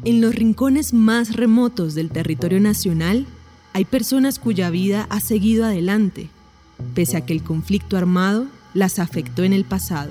En los rincones más remotos del territorio nacional, hay personas cuya vida ha seguido adelante, pese a que el conflicto armado las afectó en el pasado.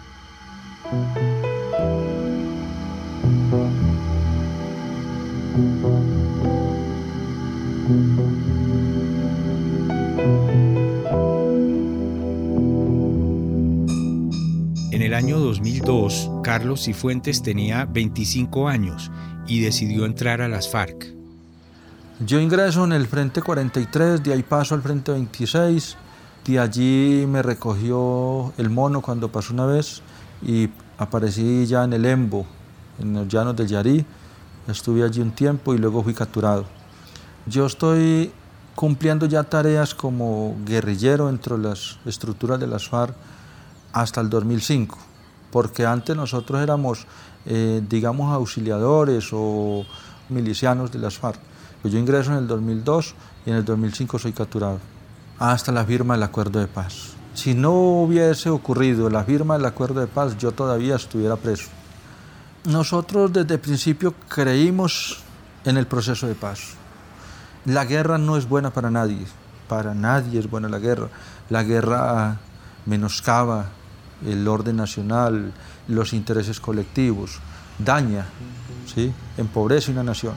En el año 2002, Carlos Cifuentes tenía 25 años y decidió entrar a las FARC. Yo ingreso en el Frente 43, de ahí paso al Frente 26, de allí me recogió el mono cuando pasó una vez y aparecí ya en el Embo, en los llanos del Yarí. Estuve allí un tiempo y luego fui capturado. Yo estoy cumpliendo ya tareas como guerrillero dentro de las estructuras de las FARC hasta el 2005, porque antes nosotros éramos, digamos, auxiliadores o milicianos de las FARC. Pues yo ingreso en el 2002 y en el 2005 soy capturado, hasta la firma del acuerdo de paz. Si no hubiese ocurrido la firma del acuerdo de paz, yo todavía estuviera preso. Nosotros desde el principio creímos en el proceso de paz. La guerra no es buena para nadie es buena la guerra. La guerra menoscaba el orden nacional, los intereses colectivos, daña, ¿sí? Empobrece una nación.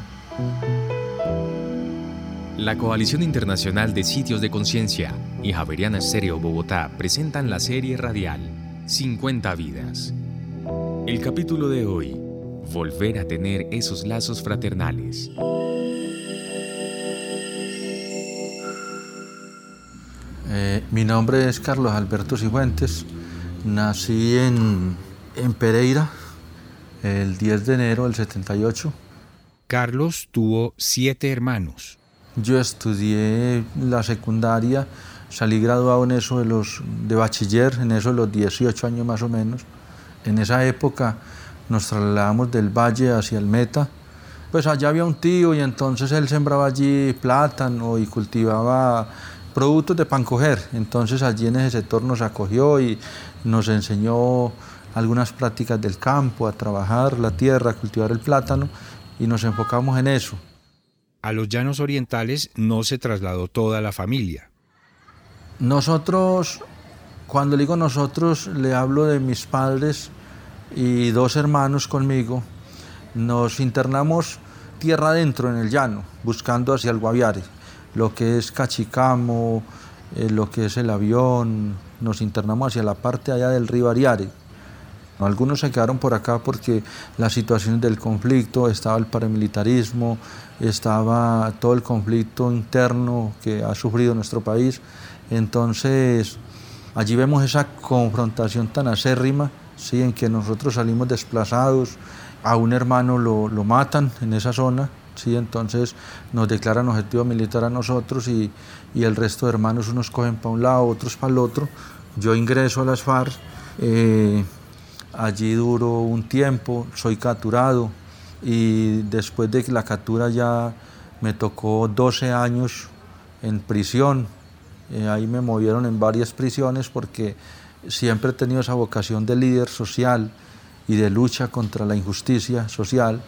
La Coalición Internacional de Sitios de Conciencia y Javeriana Estéreo Bogotá presentan la serie radial 50 vidas. El capítulo de hoy, volver a tener esos lazos fraternales. Mi nombre es Carlos Alberto Cifuentes. Nací en Pereira el 10 de enero del 78. Carlos tuvo 7 hermanos. Yo estudié la secundaria, salí graduado en eso de bachiller, en eso de los 18 años más o menos. En esa época nos trasladamos del valle hacia el Meta. Pues allá había un tío y entonces él sembraba allí plátano y cultivaba productos de pan coger. Entonces allí en ese sector nos acogió y nos enseñó algunas prácticas del campo, a trabajar la tierra, a cultivar el plátano, y nos enfocamos en eso. A los Llanos Orientales no se trasladó toda la familia. Nosotros, cuando digo nosotros, le hablo de mis padres y 2 hermanos conmigo. Nos internamos tierra adentro en el llano, buscando hacia el Guaviare, lo que es Cachicamo, lo que es el Avión. Nos internamos hacia la parte allá del río Ariare. Algunos se quedaron por acá porque las situaciones del conflicto, estaba el paramilitarismo, estaba todo el conflicto interno que ha sufrido nuestro país. Entonces, allí vemos esa confrontación tan acérrima, ¿sí? En que nosotros salimos desplazados, a un hermano lo matan en esa zona, ¿sí? Entonces nos declaran objetivo militar a nosotros y el resto de hermanos, unos cogen para un lado, otros para el otro. Yo ingreso a las FARC. Allí duro un tiempo, soy capturado y después de la captura ya me tocó 12 años en prisión. Ahí me movieron en varias prisiones porque siempre he tenido esa vocación de líder social y de lucha contra la injusticia social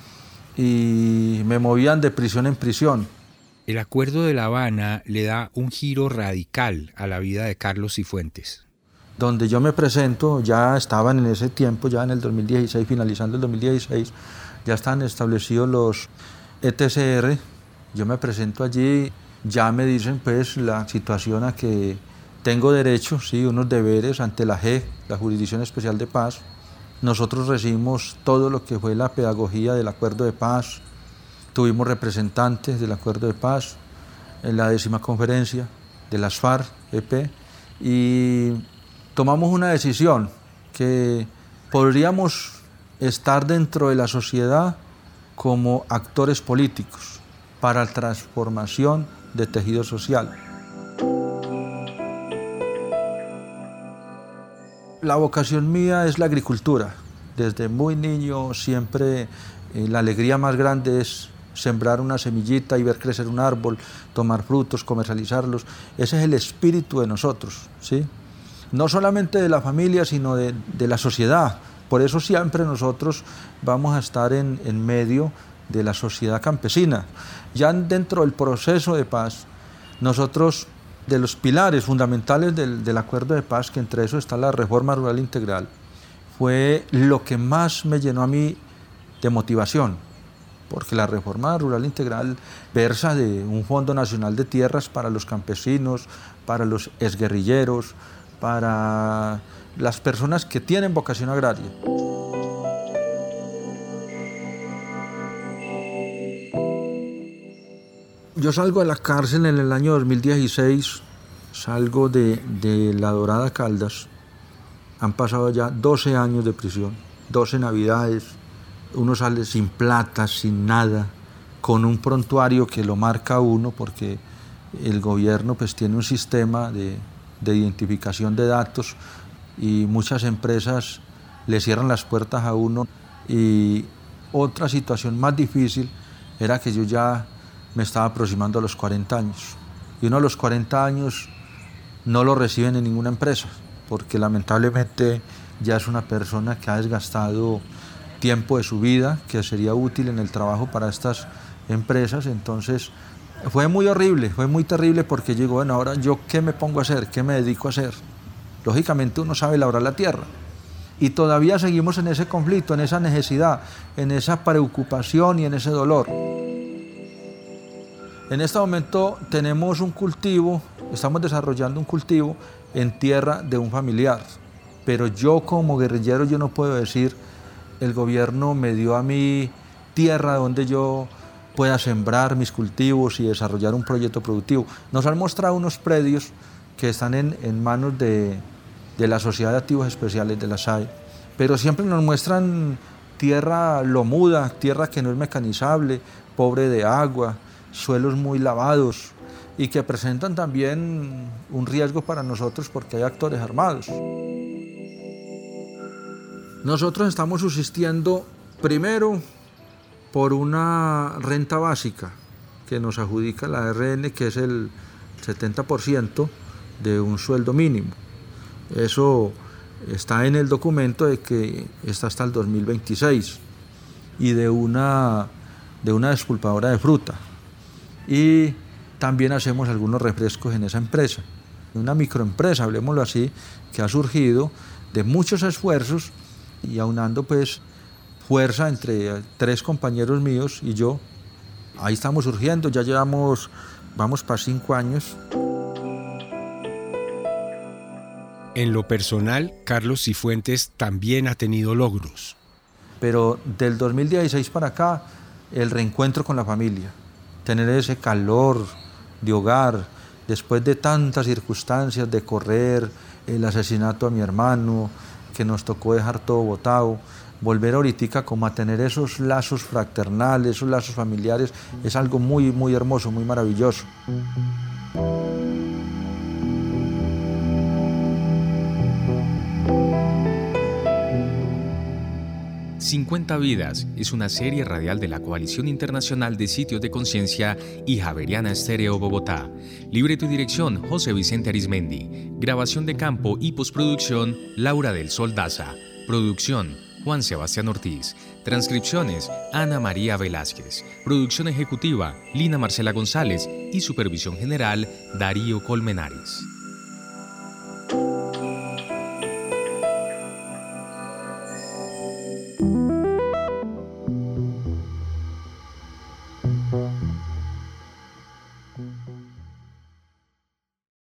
y me movían de prisión en prisión. El Acuerdo de La Habana le da un giro radical a la vida de Carlos Cifuentes. Donde yo me presento, ya estaban en ese tiempo, ya en el 2016, finalizando el 2016, ya están establecidos los ETCR. Yo me presento allí, ya me dicen pues la situación a que tengo derecho, sí, unos deberes ante la JEP, la Jurisdicción Especial de Paz. Nosotros recibimos todo lo que fue la pedagogía del Acuerdo de Paz, tuvimos representantes del Acuerdo de Paz en la 10ª conferencia de las FARC-EP y tomamos una decisión que podríamos estar dentro de la sociedad como actores políticos para la transformación de tejido social. La vocación mía es la agricultura. Desde muy niño siempre la alegría más grande es sembrar una semillita y ver crecer un árbol, tomar frutos, comercializarlos. Ese es el espíritu de nosotros, ¿sí? No solamente de la familia, sino de la sociedad, Por eso siempre nosotros vamos a estar en medio de la sociedad campesina. Ya dentro del proceso de paz, nosotros, de los pilares fundamentales del acuerdo de paz, que entre eso está la reforma rural integral, fue lo que más me llenó a mí de motivación, porque la reforma rural integral versa de un Fondo Nacional de Tierras para los campesinos, para los exguerrilleros, para las personas que tienen vocación agraria. Yo salgo de la cárcel en el año 2016, salgo de La Dorada Caldas. Han pasado ya 12 años de prisión, 12 navidades. Uno sale sin plata, sin nada, con un prontuario que lo marca uno, porque el gobierno pues tiene un sistema de identificación de datos y muchas empresas le cierran las puertas a uno. Y otra situación más difícil era que yo ya me estaba aproximando a los 40 años. Y uno a los 40 años no lo reciben en ninguna empresa, porque lamentablemente ya es una persona que ha desgastado tiempo de su vida que sería útil en el trabajo para estas empresas. Entonces fue muy horrible, fue muy terrible, porque digo, bueno, ahora yo ¿qué me pongo a hacer? ¿Qué me dedico a hacer? Lógicamente uno sabe labrar la tierra. Y todavía seguimos en ese conflicto, en esa necesidad, en esa preocupación y en ese dolor. En este momento tenemos un cultivo, estamos desarrollando un cultivo en tierra de un familiar, pero yo como guerrillero yo no puedo decir, el gobierno me dio a mí tierra donde yo pueda sembrar mis cultivos y desarrollar un proyecto productivo. Nos han mostrado unos predios que están en manos de la Sociedad de Activos Especiales de la SAE, pero siempre nos muestran tierra lomuda, tierra que no es mecanizable, pobre de agua, suelos muy lavados y que presentan también un riesgo para nosotros porque hay actores armados. Nosotros estamos subsistiendo primero por una renta básica que nos adjudica la ARN, que es el 70% de un sueldo mínimo. Eso está en el documento de que está hasta el 2026, y de una despulpadora de fruta. Y también hacemos algunos refrescos en esa empresa, una microempresa, hablemoslo así, que ha surgido de muchos esfuerzos y aunando pues fuerza entre 3 compañeros míos y yo. Ahí estamos surgiendo, ya vamos para 5 años. En lo personal, Carlos Cifuentes también ha tenido logros. Pero del 2016 para acá, el reencuentro con la familia, tener ese calor de hogar, después de tantas circunstancias, de correr, el asesinato a mi hermano, que nos tocó dejar todo botado, volver ahorita como a tener esos lazos fraternales, esos lazos familiares, es algo muy, muy hermoso, muy maravilloso. 50 Vidas es una serie radial de la Coalición Internacional de Sitios de Conciencia y Javeriana Estéreo Bogotá. Libreto y dirección, José Vicente Arizmendi. Grabación de campo y postproducción, Laura del Sol Daza. Producción, Juan Sebastián Ortiz. Transcripciones, Ana María Velázquez. Producción ejecutiva, Lina Marcela González. Y supervisión general, Darío Colmenares.